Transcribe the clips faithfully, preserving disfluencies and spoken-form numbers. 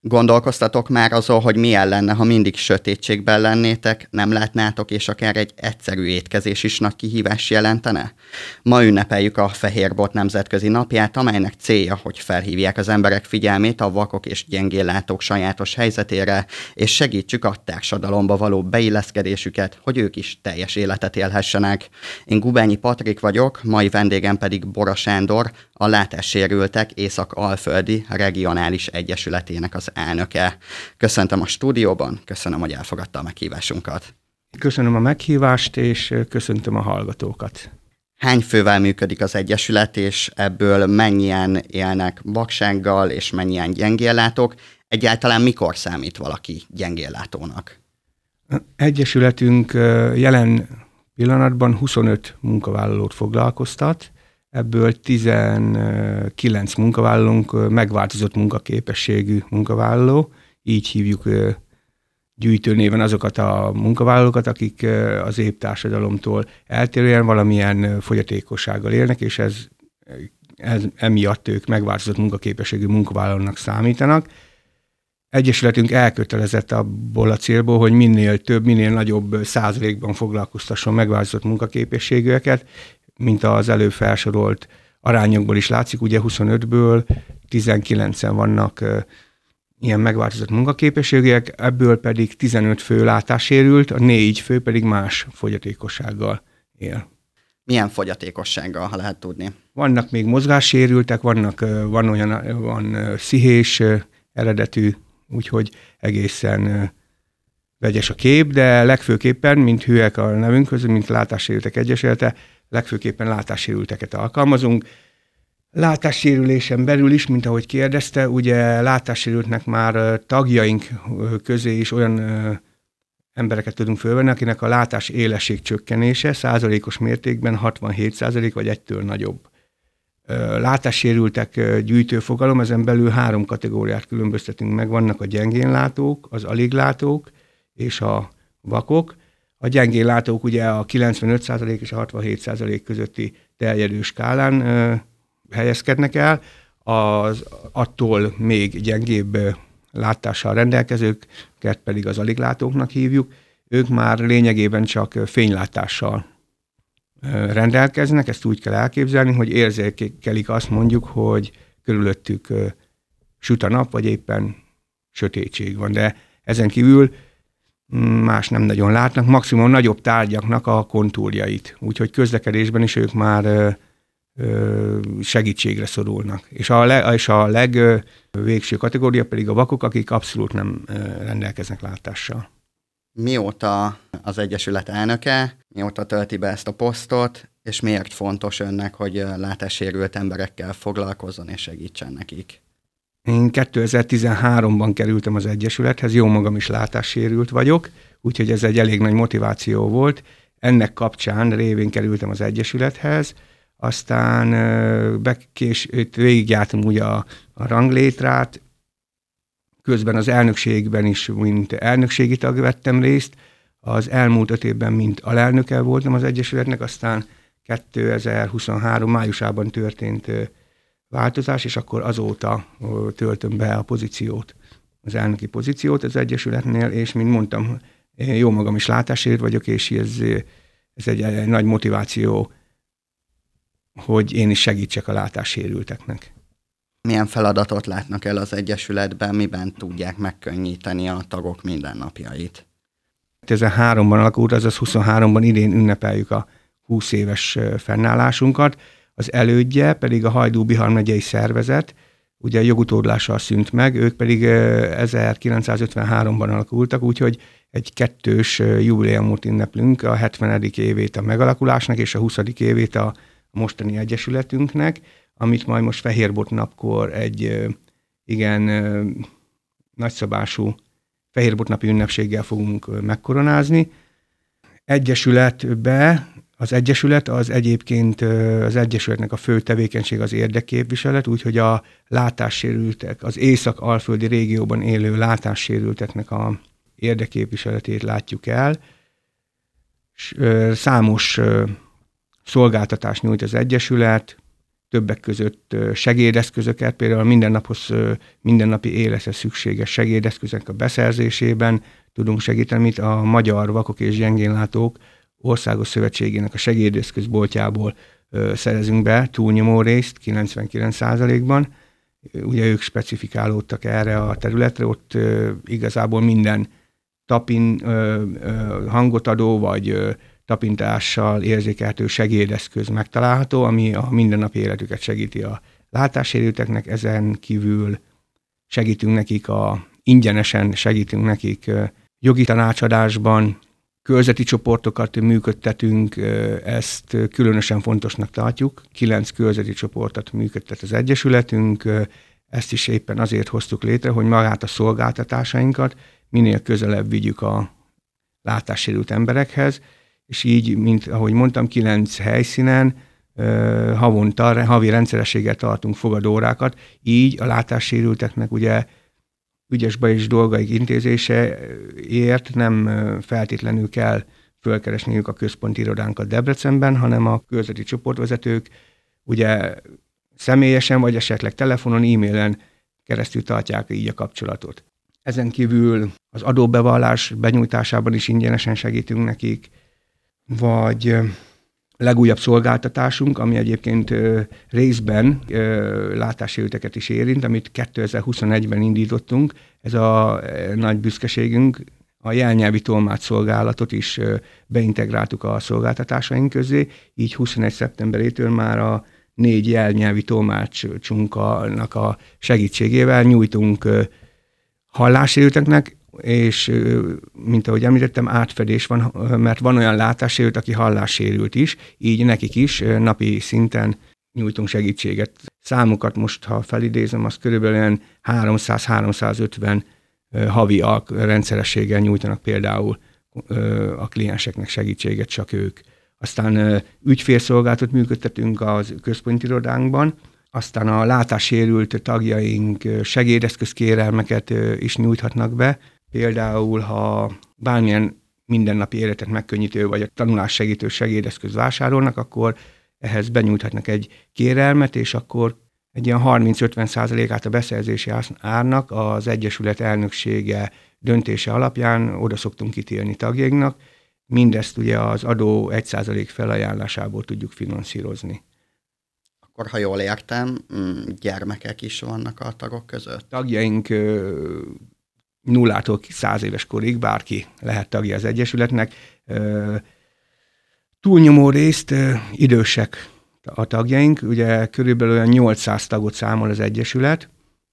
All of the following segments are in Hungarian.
Gondolkoztatok már azon, hogy milyen lenne, ha mindig sötétségben lennétek, nem látnátok, és akár egy egyszerű étkezés is nagy kihívás jelentene? Ma ünnepeljük a Fehérbot Nemzetközi Napját, amelynek célja, hogy felhívják az emberek figyelmét a vakok és gyengéllátók sajátos helyzetére, és segítsük a társadalomba való beilleszkedésüket, hogy ők is teljes életet élhessenek. Én Gubányi Patrik vagyok, mai vendégem pedig Bora Sándor, a Látássérültek Észak-Alföldi Regionális Egyesületének az elnöke. Köszöntöm a stúdióban, köszönöm, hogy elfogadta a meghívásunkat. Köszönöm a meghívást, és köszöntöm a hallgatókat. Hány fővel működik az Egyesület, és ebből mennyien élnek vaksággal, és mennyien gyengéllátók? Egyáltalán mikor számít valaki gyengéllátónak? Egyesületünk jelen pillanatban huszonöt munkavállalót foglalkoztat, ebből tizenkilenc munkavállalónk megváltozott munkaképességű munkavállaló, így hívjuk gyűjtőnéven azokat a munkavállalókat, akik az épp társadalomtól eltérően valamilyen fogyatékossággal élnek, és ez, ez emiatt ők megváltozott munkaképességű munkavállalónak számítanak. Egyesületünk elkötelezett abból a célból, hogy minél több, minél nagyobb százalékban foglalkoztasson megváltozott munkaképességűeket, mint az előbb felsorolt arányokból is látszik, ugye huszonötből tizenkilencen vannak uh, ilyen megváltozott munkaképességűek, ebből pedig tizenöt fő látássérült, a négy fő pedig más fogyatékossággal él. Milyen fogyatékossággal, ha lehet tudni? Vannak még mozgássérültek, vannak, uh, van olyan van uh, pszichés uh, eredetű, úgyhogy egészen uh, vegyes a kép, de legfőképpen, mint hülyek a nevünkhöz, mint Látássérültek Egyesülete, legfőképpen látássérülteket alkalmazunk. Látássérülésen belül is, mint ahogy kérdezte, ugye látássérültnek már tagjaink közé is olyan ö, embereket tudunk fölvenni, akinek a látás élesség csökkenése százalékos mértékben hatvanhét százalék vagy egytől nagyobb. Ö, látássérültek gyűjtőfogalom, ezen belül három kategóriát különböztetünk meg, vannak a gyengénlátók, az aliglátók és a vakok. A gyengéllátók ugye a kilencvenöt százalék és a hatvanhét százalék közötti terjedő skálán ö, helyezkednek el, az attól még gyengébb ö, látással rendelkezőket pedig az aliglátóknak hívjuk. Ők már lényegében csak fénylátással ö, rendelkeznek, ezt úgy kell elképzelni, hogy érzékelik azt mondjuk, hogy körülöttük ö, süt a nap, vagy éppen sötétség van, de ezen kívül más nem nagyon látnak, maximum nagyobb tárgyaknak a kontúrjait. Úgyhogy közlekedésben is ők már ö, ö, segítségre szorulnak. És a, le, és a legvégső kategória pedig a vakok, akik abszolút nem ö, rendelkeznek látással. Mióta az Egyesület elnöke, mióta tölti be ezt a posztot, és miért fontos önnek, hogy látássérült emberekkel foglalkozzon és segítsen nekik? Én kétezer-tizenháromban kerültem az Egyesülethez, jó magam is látássérült vagyok, úgyhogy ez egy elég nagy motiváció volt. Ennek kapcsán révén kerültem az Egyesülethez, aztán bekés, végigjártam ugye a, a ranglétrát, közben az elnökségben is, mint elnökségi tag vettem részt, az elmúlt öt évben, mint alelnöke voltam az Egyesületnek, aztán kétezer-huszonhárom májusában történt változás, és akkor azóta töltöm be a pozíciót, az elnöki pozíciót az Egyesületnél, és mint mondtam, jó magam is látássérült vagyok, és ez, ez egy, egy nagy motiváció, hogy én is segítsek a látássérülteknek. Milyen feladatot látnak el az Egyesületben, miben tudják megkönnyíteni a tagok mindennapjait? kétezer-háromban alakult, azaz huszonháromban idén ünnepeljük a húsz éves fennállásunkat. Az elődje pedig a Hajdú-Bihar megyei szervezet, ugye jogutódlással szűnt meg, ők pedig ezerkilencszázötvenháromban alakultak, úgyhogy egy kettős jubileumot ünneplünk, a hetvenedik évét a megalakulásnak, és a huszadik évét a mostani egyesületünknek, amit majd most Fehérbot napkor egy igen nagyszabású Fehérbot napi ünnepséggel fogunk megkoronázni. Egyesületbe Az Egyesület az egyébként az Egyesületnek a fő tevékenység az érdekképviselet, úgyhogy a látássérültek, az észak-alföldi régióban élő látássérülteknek a érdekképviseletét látjuk el. Számos szolgáltatást nyújt az Egyesület, többek között segédeszközöket, például a mindennaphoz, mindennapi életre szükséges segédeszközök a beszerzésében tudunk segíteni, mint a Magyar Vakok és Gyengénlátók Országos Szövetségének a segédeszközboltjából szerezünk be túlnyomó részt, kilencvenkilenc százalékban. Ugye ők specifikálódtak erre a területre, ott igazából minden tapin, hangot adó, vagy tapintással érzékelhető segédeszköz megtalálható, ami a mindennapi életüket segíti a látássérülteknek. Ezen kívül segítünk nekik, a, ingyenesen segítünk nekik jogi tanácsadásban, körzeti csoportokat működtetünk, ezt különösen fontosnak tartjuk. Kilenc körzeti csoportot működtet az Egyesületünk, ezt is éppen azért hoztuk létre, hogy magát a szolgáltatásainkat minél közelebb vigyük a látássérült emberekhez, és így, mint ahogy mondtam, kilenc helyszínen havonta, havi rendszerességgel tartunk fogadóórákat, így a látássérülteknek ugye ügyes bajos dolgaik intézéseért nem feltétlenül kell fölkeresniük a központi irodánkat Debrecenben, hanem a körzeti csoportvezetők ugye személyesen, vagy esetleg telefonon, e-mailen keresztül tartják így a kapcsolatot. Ezen kívül az adóbevallás benyújtásában is ingyenesen segítünk nekik, vagy legújabb szolgáltatásunk, ami egyébként részben látássérülteket is érint, amit kétezer-huszonegyben indítottunk, ez a nagy büszkeségünk, a jelnyelvi tolmács szolgálatot is beintegráltuk a szolgáltatásaink közé, így huszonegy szeptemberétől már a négy jelnyelvi tolmácsunknak a segítségével nyújtunk hallássérülteknek, és mint ahogy említettem, átfedés van, mert van olyan látássérült, aki hallássérült is, így nekik is napi szinten nyújtunk segítséget. Számukat most, ha felidézem, az körülbelül háromszáz-háromszázötven havi rendszerességgel nyújtanak például a klienseknek segítséget, csak ők. Aztán ügyfélszolgálatot működtetünk az központi irodánkban, aztán a látássérült tagjaink segédeszközkérelmeket is nyújthatnak be. Például, ha bármilyen mindennapi életet megkönnyítő vagy a tanulás segítő segédeszköz vásárolnak, akkor ehhez benyújthatnak egy kérelmet, és akkor egy ilyen harminc-ötven százalékát a beszerzési árnak az Egyesület elnöksége döntése alapján oda szoktunk ítélni tagjainknak. Mindezt ugye az adó egy százalék felajánlásából tudjuk finanszírozni. Akkor, ha jól értem, gyermekek is vannak a tagok között? Tagjaink nullától száz éves korig bárki lehet tagja az Egyesületnek. Túlnyomó részt idősek a tagjaink, ugye körülbelül olyan nyolcszáz tagot számol az Egyesület.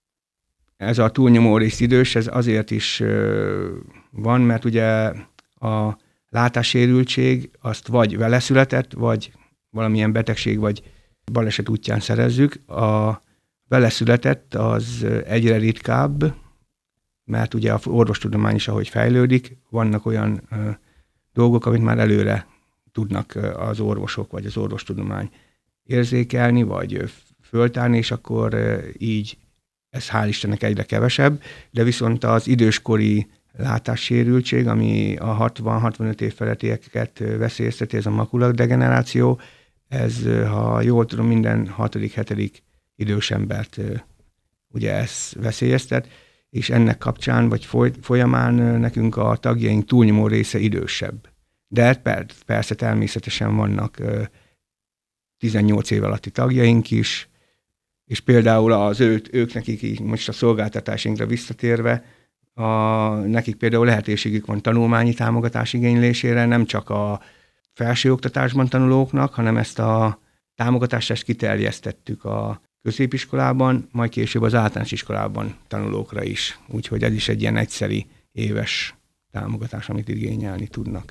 Ez a túlnyomó részt idős, ez azért is van, mert ugye a látássérültség azt vagy vele született, vagy valamilyen betegség, vagy baleset útján szerezzük. A vele született az egyre ritkább, mert ugye a orvostudomány is, ahogy fejlődik, vannak olyan ö, dolgok, amit már előre tudnak az orvosok, vagy az orvostudomány érzékelni, vagy föltárni, és akkor ö, így ez hál' Istennek egyre kevesebb, de viszont az időskori látássérültség, ami a hatvan-hatvanöt év felettieket veszélyezteti, ez a makuladegeneráció, ez, ha jól tudom, minden hatodik, hetedik idős embert ugye ez veszélyeztet, és ennek kapcsán, vagy folyamán nekünk a tagjaink túlnyomó része idősebb. De persze természetesen vannak tizennyolc év alatti tagjaink is, és például az ő, ők nekik most a szolgáltatásainkra visszatérve, a, nekik például lehetőségük van tanulmányi támogatás igénylésére, nem csak a felsőoktatásban tanulóknak, hanem ezt a támogatást ezt kiterjesztettük a középiskolában, majd később az általános iskolában tanulókra is. Úgyhogy ez is egy ilyen egyszeri éves támogatás, amit igényelni tudnak.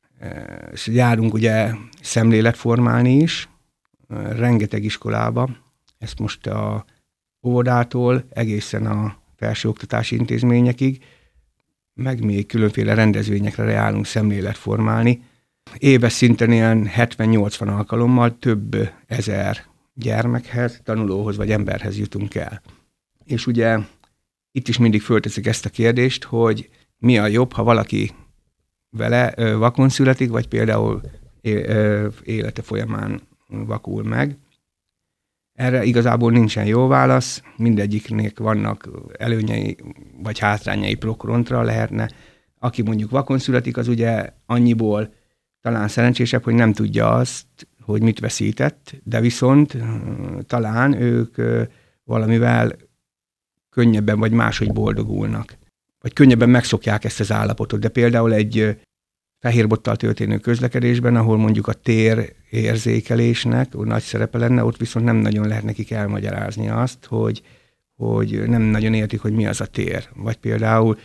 Járunk ugye szemlélet formálni is, rengeteg iskolába, ezt most a óvodától egészen a felsőoktatási intézményekig, meg még különféle rendezvényekre járunk szemlélet formálni. Éves szinten ilyen hetven-nyolcvan alkalommal több ezer gyermekhez, tanulóhoz vagy emberhez jutunk el. És ugye itt is mindig fölteszik ezt a kérdést, hogy mi a jobb, ha valaki vele vakon születik, vagy például élete folyamán vakul meg. Erre igazából nincsen jó válasz, mindegyiknek vannak előnyei vagy hátrányai pro-kontra lehetne. Aki mondjuk vakon születik, az ugye annyiból talán szerencsésebb, hogy nem tudja azt, hogy mit veszített, de viszont talán ők valamivel könnyebben vagy máshogy boldogulnak. Vagy könnyebben megszokják ezt az állapotot. De például egy fehérbottal történő közlekedésben, ahol mondjuk a tér érzékelésnek nagy szerepe lenne, ott viszont nem nagyon lehet nekik elmagyarázni azt, hogy, hogy nem nagyon értik, hogy mi az a tér. Vagy például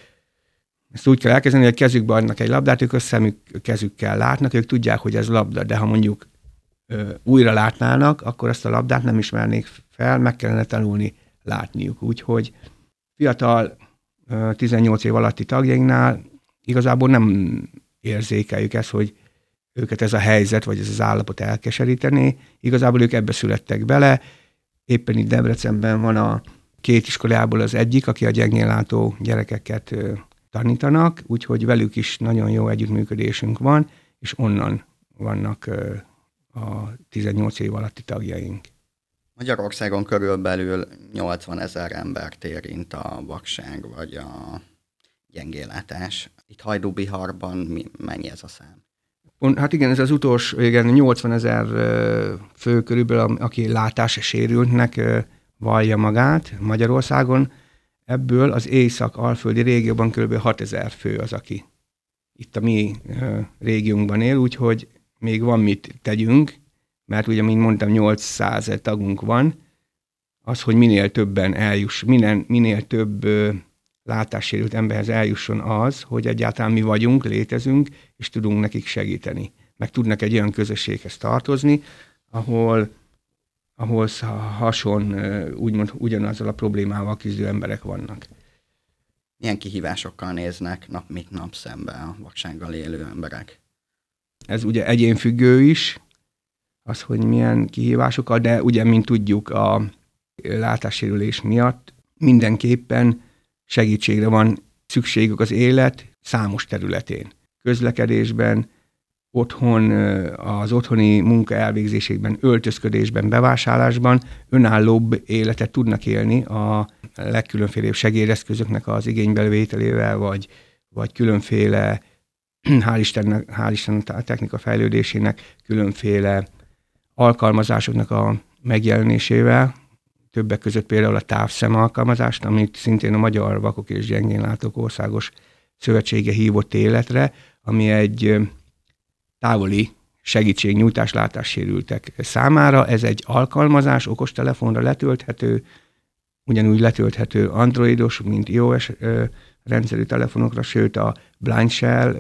ezt úgy kell elkezdeni, hogy a kezükbe adnak egy labdát, ők a szemük kezükkel látnak, ők tudják, hogy ez labda, de ha mondjuk ö, újra látnának, akkor ezt a labdát nem ismernék fel, meg kellene tanulni látniuk. Úgyhogy fiatal ö, tizennyolc év alatti tagjainknál igazából nem érzékeljük ezt, hogy őket ez a helyzet, vagy ez az állapot elkeserítené. Igazából ők ebbe születtek bele. Éppen itt Debrecenben van a két iskolából az egyik, aki a gyengénlátó gyerekeket ö, tanítanak, úgyhogy velük is nagyon jó együttműködésünk van, és onnan vannak ö, a tizennyolc év alatti tagjaink. Magyarországon körülbelül nyolcvan ezer embert érint a vakság vagy a gyengénlátás. Itt Hajdú-Biharban mi, mennyi ez a szám? Hát igen, ez az utolsó, igen, nyolcvan ezer fő körülbelül, aki látás sérültnek vallja magát Magyarországon. Ebből az észak-alföldi régióban kb. hatezer fő az, aki itt a mi régiónkban él, úgyhogy még van mit tegyünk, mert ugye, mint mondtam, nyolcszáz tagunk van, az, hogy minél többen eljuss, minél, minél több látássérült emberhez eljusson az, hogy egyáltalán mi vagyunk, létezünk, és tudunk nekik segíteni. Meg tudnak egy olyan közösséghez tartozni, ahol, ahol hason, úgymond ugyanazzal a problémával küzdő emberek vannak. Milyen kihívásokkal néznek nap mint nap szembe a vaksággal élő emberek? Ez ugye egyénfüggő is, az, hogy milyen kihívásokkal, de ugye, mint tudjuk, a látássérülés miatt mindenképpen segítségre van szükségük az élet számos területén. Közlekedésben, otthon, az otthoni munka elvégzésében, öltözködésben, bevásárlásban önállóbb életet tudnak élni a legkülönfélebb segédeszközöknek az igénybevételével, vagy, vagy különféle, hál' Istennek, hál' Isten a technika fejlődésének, különféle alkalmazásoknak a megjelenésével, többek között például a távszem alkalmazást, amit szintén a Magyar Vakok és Gyengénlátók Országos Szövetsége hívott életre, ami egy távoli segítségnyújtás látássérültek számára. Ez egy alkalmazás, okostelefonra letölthető, ugyanúgy letölthető androidos, mint iOS rendszerű telefonokra, sőt a Blind Shell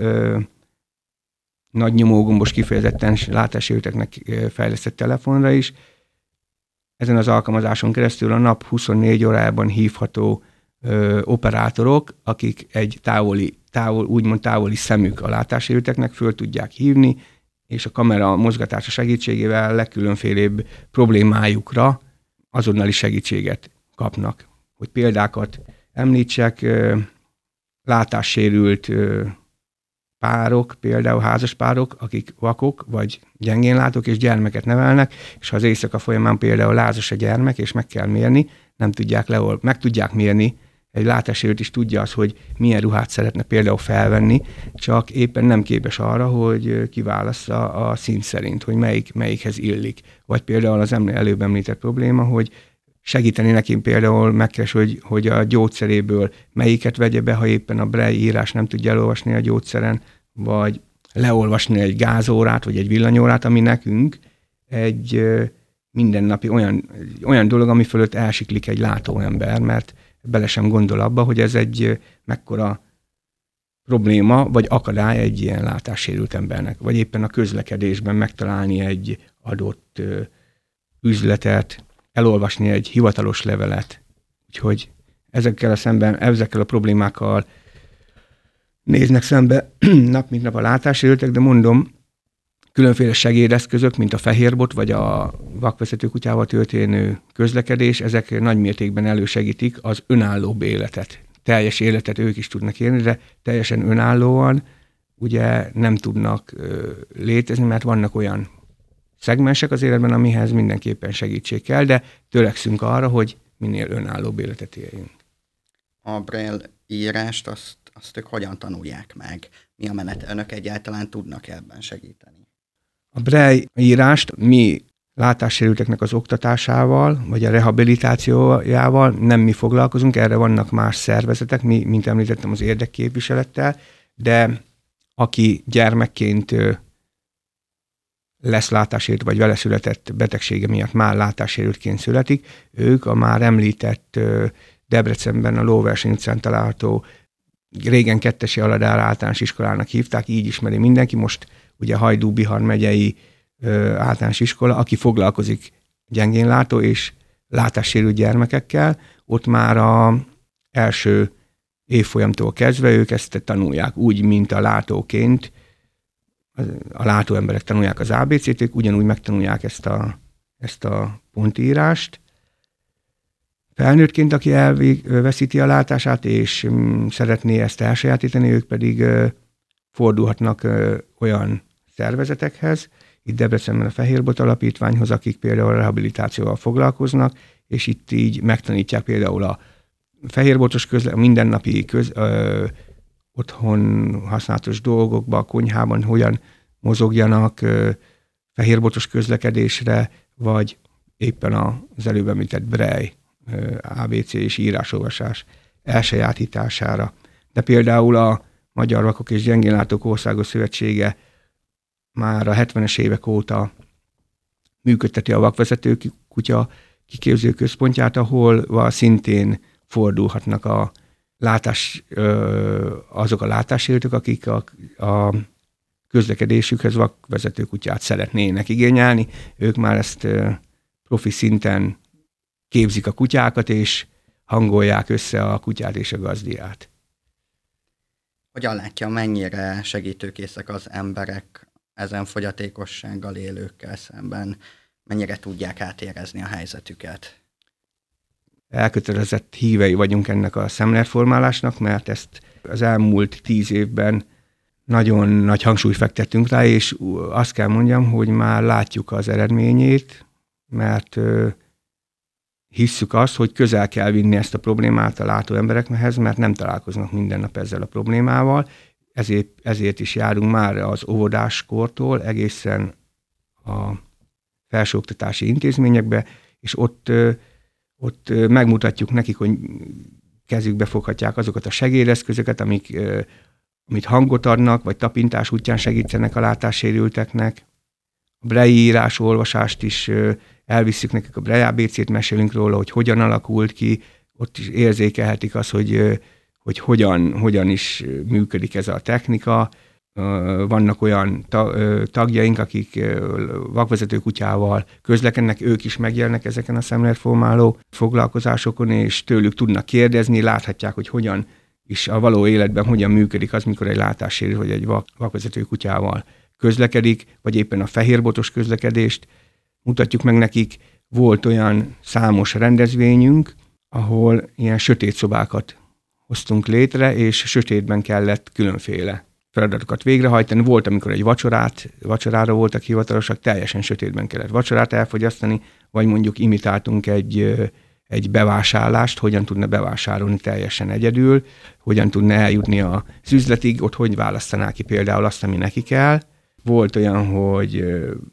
nagy nyomógombos, kifejezetten látássérülteknek fejlesztett telefonra is. Ezen az alkalmazáson keresztül a nap huszonnégy órában hívható ö, operátorok, akik egy távoli, távol, úgymond távoli szemük a látássérülteknek föl tudják hívni, és a kamera mozgatása segítségével legkülönfélébb problémájukra azonnali segítséget kapnak. Hogy példákat említsek, ö, látássérült ö, párok, például házaspárok, akik vakok, vagy gyengénlátók, és gyermeket nevelnek, és ha az éjszaka folyamán például lázas a gyermek, és meg kell mérni, nem tudják leol, meg tudják mérni, egy látássérült is tudja az, hogy milyen ruhát szeretne például felvenni, csak éppen nem képes arra, hogy kiválassza a szín szerint, hogy melyik, melyikhez illik. Vagy például az előbb említett probléma, hogy segíteni neki például megkeres, hogy, hogy a gyógyszeréből melyiket vegye be, ha éppen a Braille írás nem tudja elolvasni a gyógyszeren, vagy leolvasni egy gázórát, vagy egy villanyórát, ami nekünk egy mindennapi olyan, olyan dolog, ami fölött elsiklik egy látóember, mert bele sem gondol abba, hogy ez egy mekkora probléma, vagy akadály egy ilyen látássérült embernek, vagy éppen a közlekedésben megtalálni egy adott üzletet, elolvasni egy hivatalos levelet. Úgyhogy ezekkel a szemben, ezekkel a problémákkal néznek szembe nap mint nap a látássérültek, de mondom, különféle segédeszközök, mint a fehérbot, vagy a vakvezető kutyával történő közlekedés, ezek nagy mértékben elősegítik az önállóbb életet. Teljes életet ők is tudnak élni, de teljesen önállóan ugye nem tudnak ö, létezni, mert vannak olyan szegmensek az életben, amihez mindenképpen segítség kell, de törekszünk arra, hogy minél önállóbb életet éljünk. A Braille írást, azt, azt ők hogyan tanulják meg? Mi a menet? Önök egyáltalán tudnak ebben segíteni? A Braille írást mi látássérülteknek az oktatásával, vagy a rehabilitációjával nem mi foglalkozunk, erre vannak más szervezetek, mi, mint említettem, az érdekképviselettel, de aki gyermekként lesz látássérült, vagy vele született betegsége miatt már látássérültként születik, ők a már említett Debrecenben a Lóverseny utcán található, régen Kettesi Aladár általános iskolának hívták, így ismeri mindenki, most ugye Hajdú-Bihar megyei általános iskola, aki foglalkozik gyengénlátó és látássérült gyermekekkel, ott már az első évfolyamtól kezdve ők ezt tanulják, úgy, mint a látóként, a látó emberek tanulják az á bé cét, ők ugyanúgy megtanulják ezt a, ezt a pontírást. Felnőttként, aki elveszíti a látását, és szeretné ezt elsajátítani, ők pedig fordulhatnak olyan szervezetekhez, itt Debrecenben a Fehérbot Alapítványhoz, akik például a rehabilitációval foglalkoznak, és itt így megtanítják például a fehérbotos közle, a mindennapi köz, ö, otthon használatos dolgokba, a konyhában hogyan mozogjanak ö, fehérbotos közlekedésre, vagy éppen az előbb említett Braille, ö, á bé cé és írásolvasás elsajátítására. De például a Magyar Vakok és Gyengénlátók Országos Szövetsége már a hetvenes évek óta működteti a vakvezető kutya kiképző központját, ahol szintén fordulhatnak a látás, azok a látássérültek, akik a, a közlekedésükhez vakvezető kutyát szeretnének igényelni. Ők már ezt profi szinten képzik a kutyákat, és hangolják össze a kutyát és a gazdiát. Hogyan látja, mennyire segítőkészek az emberek ezen fogyatékossággal élőkkel szemben, mennyire tudják átérezni a helyzetüket? Elkötelezett hívei vagyunk ennek a szemléletformálásnak, mert ezt az elmúlt tíz évben nagyon nagy hangsúlyt fektettünk rá, és azt kell mondjam, hogy már látjuk az eredményét, mert hisszük azt, hogy közel kell vinni ezt a problémát a látó emberekhez, mert nem találkoznak minden nap ezzel a problémával, ezért, ezért is járunk már az óvodáskortól egészen a felsőoktatási intézményekbe, és ott, ott megmutatjuk nekik, hogy kezükbe foghatják azokat a segédeszközöket, amik, amit hangot adnak, vagy tapintás útján segítenek a látássérülteknek. A Braille írás, olvasást is elvisszük nekik, a Braille á bé cét, mesélünk róla, hogy hogyan alakult ki, ott is érzékelhetik azt, hogy, hogy hogyan, hogyan is működik ez a technika. Vannak olyan tagjaink, akik vakvezető kutyával közlekednek, ők is megjelennek ezeken a szemléletformáló foglalkozásokon, és tőlük tudnak kérdezni, láthatják, hogy hogyan is a való életben hogyan működik az, mikor egy látássérült vagy egy vakvezető kutyával közlekedik, vagy éppen a fehérbotos közlekedést mutatjuk meg nekik. Volt olyan számos rendezvényünk, ahol ilyen sötét szobákat hoztunk létre, és sötétben kellett különféle feladatokat végrehajtani. Volt, amikor egy vacsorát, vacsorára voltak hivatalosak, teljesen sötétben kellett vacsorát elfogyasztani, vagy mondjuk imitáltunk egy, egy bevásárlást, hogyan tudna bevásárolni teljesen egyedül, hogyan tudna eljutni az üzletig, ott hogy választaná ki például azt, ami neki kell. Volt olyan, hogy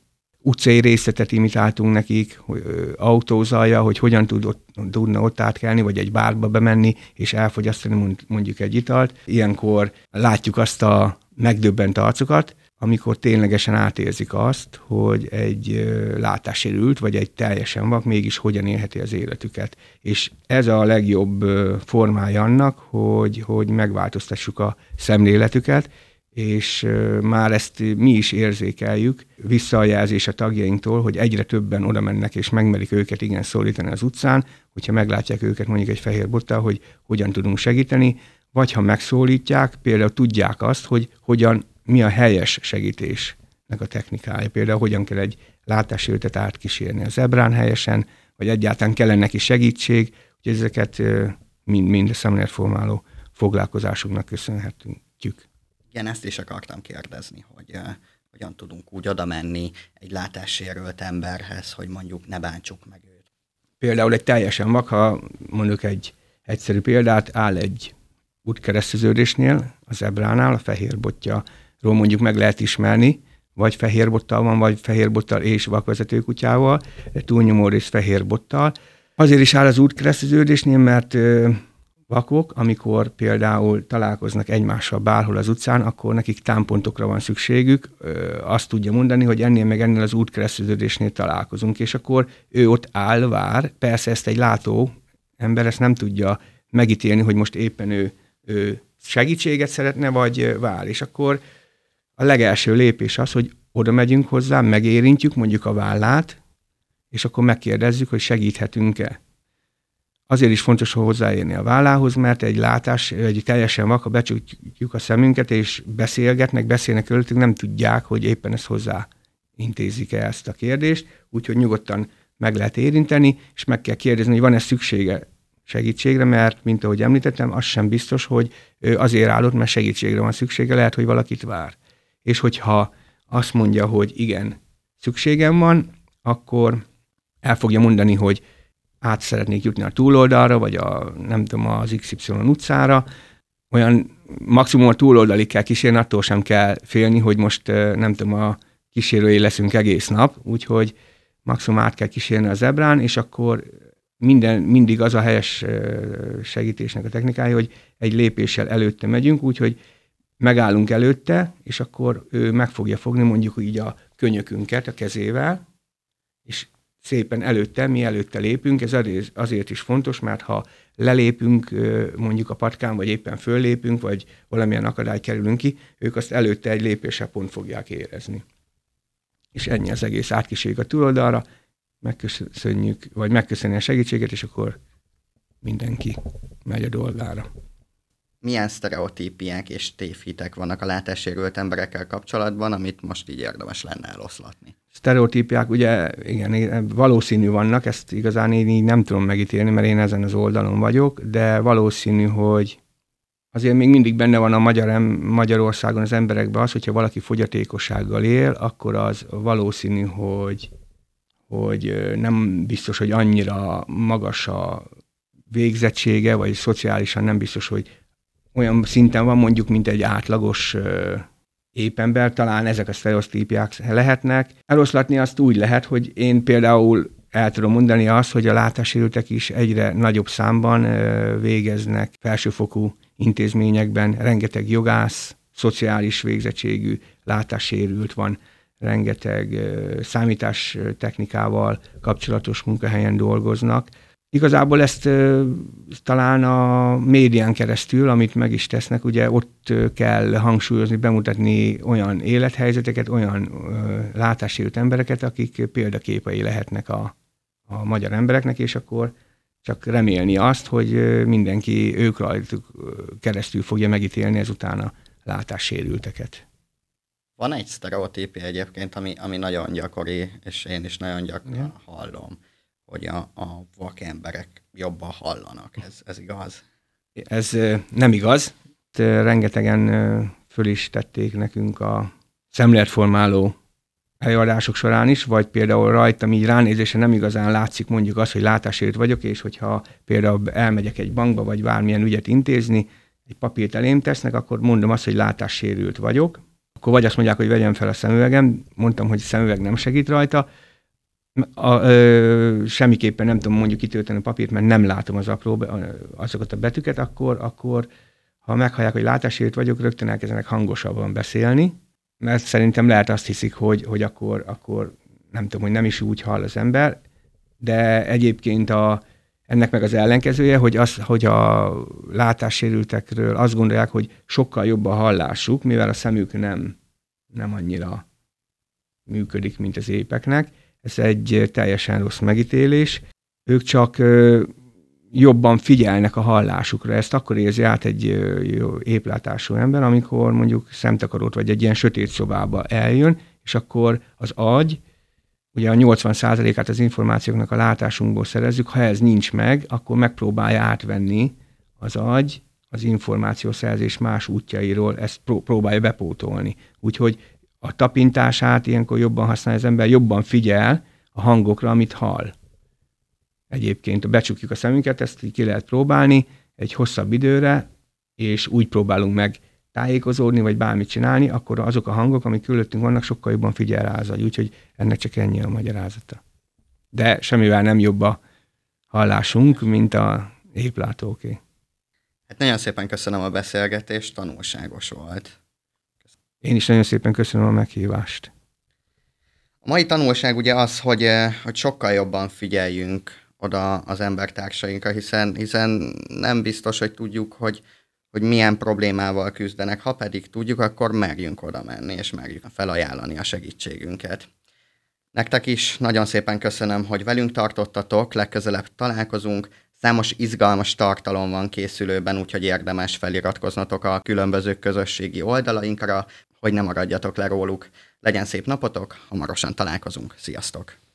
utcai részletet imitáltunk nekik, hogy autózalja, hogy hogyan tud ott, tudna ott átkelni, vagy egy bárba bemenni, és elfogyasztani mondjuk egy italt. Ilyenkor látjuk azt a megdöbbent arcokat, amikor ténylegesen átérzik azt, hogy egy látássérült, vagy egy teljesen vak mégis hogyan élheti az életüket. És ez a legjobb formája annak, hogy, hogy megváltoztassuk a szemléletüket, és már ezt mi is érzékeljük, visszajelzés a tagjainktól, hogy egyre többen oda mennek, és megmerik őket igen szólítani az utcán, hogyha meglátják őket mondjuk egy fehér bottal, hogy hogyan tudunk segíteni, vagy ha megszólítják, például tudják azt, hogy hogyan, mi a helyes segítésnek a technikája. Például hogyan kell egy látássérültet átkísérni a zebrán helyesen, vagy egyáltalán kellene neki segítség, hogy ezeket mind-mind a szemléletformáló foglalkozásunknak köszönhetjük. Igen, ezt is akartam kérdezni, hogy hogyan tudunk úgy oda menni egy látássérült emberhez, hogy mondjuk ne bántsuk meg őt. Például egy teljesen vak, ha mondjuk egy egyszerű példát, áll egy útkereszteződésnél, a zebránál, a fehér botjáról mondjuk meg lehet ismerni, vagy fehér bottal van, vagy fehér bottal és vakvezető kutyával, túlnyomó rész fehér bottal. Azért is áll az útkereszteződésnél, mert ö, vakok, amikor például találkoznak egymással bárhol az utcán, akkor nekik támpontokra van szükségük, ö, azt tudja mondani, hogy ennél meg ennél az útkereszteződésnél találkozunk, és akkor ő ott áll, vár. Persze ezt egy látó ember ezt nem tudja megítélni, hogy most éppen ő, ő segítséget szeretne, vagy vár. És akkor a legelső lépés az, hogy oda megyünk hozzá, megérintjük mondjuk a vállát, és akkor megkérdezzük, hogy segíthetünk-e. Azért is fontos hozzáérni a vállához, mert egy látás, egy teljesen vak, ha becsukjuk a szemünket, és beszélgetnek, beszélnek előttünk, nem tudják, hogy éppen ezt hozzá intézik-e ezt a kérdést, úgyhogy nyugodtan meg lehet érinteni, és meg kell kérdezni, hogy van-e szüksége segítségre, mert, mint ahogy említettem, az sem biztos, hogy azért állott, mert segítségre van szüksége, lehet, hogy valakit vár. És hogyha azt mondja, hogy igen, szükségem van, akkor el fogja mondani, hogy át szeretnék jutni a túloldalra, vagy a, nem tudom, az iksz ipszilon utcára. Olyan maximum a túloldalig kell kísérni, attól sem kell félni, hogy most nem tudom, a kísérői leszünk egész nap, úgyhogy maximum át kell kísérni a zebrán, és akkor minden, mindig az a helyes segítésnek a technikája, hogy egy lépéssel előtte megyünk, úgyhogy megállunk előtte, és akkor ő meg fogja fogni mondjuk így a könyökünket a kezével, és szépen előtte, mi előtte lépünk, ez azért is fontos, mert ha lelépünk mondjuk a patkán, vagy éppen föllépünk, vagy valamilyen akadály kerülünk ki, ők azt előtte egy lépéssel pont fogják érezni. És ennyi az egész, átkísérjük a túloldalra, megköszönjük, vagy megköszönjük a segítséget, és akkor mindenki megy a dolgára. Milyen sztereotípiák és tévhitek vannak a látássérült emberekkel kapcsolatban, amit most így érdemes lenne eloszlatni? Sztereotípiák, ugye igen, valószínű vannak, ezt igazán én így nem tudom megítélni, mert én ezen az oldalon vagyok, de valószínű, hogy azért még mindig benne van a Magyar, Magyarországon az emberekben az, hogyha valaki fogyatékossággal él, akkor az valószínű, hogy, hogy nem biztos, hogy annyira magas a végzettsége, vagy szociálisan nem biztos, hogy olyan szinten van mondjuk, mint egy átlagos épp ember, talán ezek a sztereotípiák lehetnek. Eloszlatni azt úgy lehet, hogy én például el tudom mondani azt, hogy a látássérültek is egyre nagyobb számban végeznek felsőfokú intézményekben, rengeteg jogász, szociális végzettségű látássérült van, rengeteg számítástechnikával kapcsolatos munkahelyen dolgoznak. Igazából ezt e, talán a médián keresztül, amit meg is tesznek, ugye ott kell hangsúlyozni, bemutatni olyan élethelyzeteket, olyan e, látássérült embereket, akik példaképei lehetnek a, a magyar embereknek, és akkor csak remélni azt, hogy mindenki ők rajtuk keresztül fogja megítélni ezután a látássérülteket. Van egy sztereotípia egyébként, ami, ami nagyon gyakori, és én is nagyon gyakran ja. hallom, hogy a, a vak emberek jobban hallanak. Ez, ez igaz? Ez nem igaz. Rengetegen föl is tették nekünk a szemléletformáló előadások során is, vagy például rajtam így ránézésre nem igazán látszik mondjuk az, hogy látássérült vagyok, és hogyha például elmegyek egy bankba, vagy bármilyen ügyet intézni, egy papírt elém tesznek, akkor mondom azt, hogy látássérült vagyok. Akkor vagy azt mondják, hogy vegyem fel a szemüvegem, mondtam, hogy szemüveg nem segít rajta, A, ö, semmiképpen nem tudom mondjuk kitölteni a papírt, mert nem látom az apró, azokat a betűket, akkor, akkor ha meghallják, hogy látássérült vagyok, rögtön elkezdenek hangosabban beszélni, mert szerintem lehet azt hiszik, hogy, hogy akkor, akkor nem tudom, hogy nem is úgy hall az ember, de egyébként a, ennek meg az ellenkezője, hogy, az, hogy a látássérültekről azt gondolják, hogy sokkal jobb a hallásuk, mivel a szemük nem, nem annyira működik, mint az épeknek. Ez egy teljesen rossz megítélés. Ők csak jobban figyelnek a hallásukra. Ezt akkor érzi át egy jó éplátású ember, amikor mondjuk szemtakarót vagy egy ilyen sötét szobába eljön, és akkor az agy, ugye a nyolcvan százalékát az információknak a látásunkból szerezzük, ha ez nincs meg, akkor megpróbálja átvenni az agy az információszerzés más útjairól, ezt próbálja bepótolni. Úgyhogy a tapintását ilyenkor jobban használja az ember, jobban figyel a hangokra, amit hall. Egyébként becsukjuk a szemünket, ezt ki lehet próbálni egy hosszabb időre, és úgy próbálunk meg tájékozódni, vagy bármit csinálni, akkor azok a hangok, amik körülöttünk vannak, sokkal jobban figyel rá az agy. Úgyhogy ennek csak ennyi a magyarázata. De semmivel nem jobb a hallásunk, mint a éplátóké. Hát nagyon szépen köszönöm a beszélgetést, tanulságos volt. Én is nagyon szépen köszönöm a meghívást. A mai tanulság ugye az, hogy, hogy sokkal jobban figyeljünk oda az embertársainkra, hiszen, hiszen nem biztos, hogy tudjuk, hogy, hogy milyen problémával küzdenek. Ha pedig tudjuk, akkor merjünk oda menni, és merjük felajánlani a segítségünket. Nektek is nagyon szépen köszönöm, hogy velünk tartottatok, legközelebb találkozunk. Számos izgalmas tartalom van készülőben, úgyhogy érdemes feliratkoznatok a különböző közösségi oldalainkra, hogy ne maradjatok le róluk. Legyen szép napotok, hamarosan találkozunk. Sziasztok!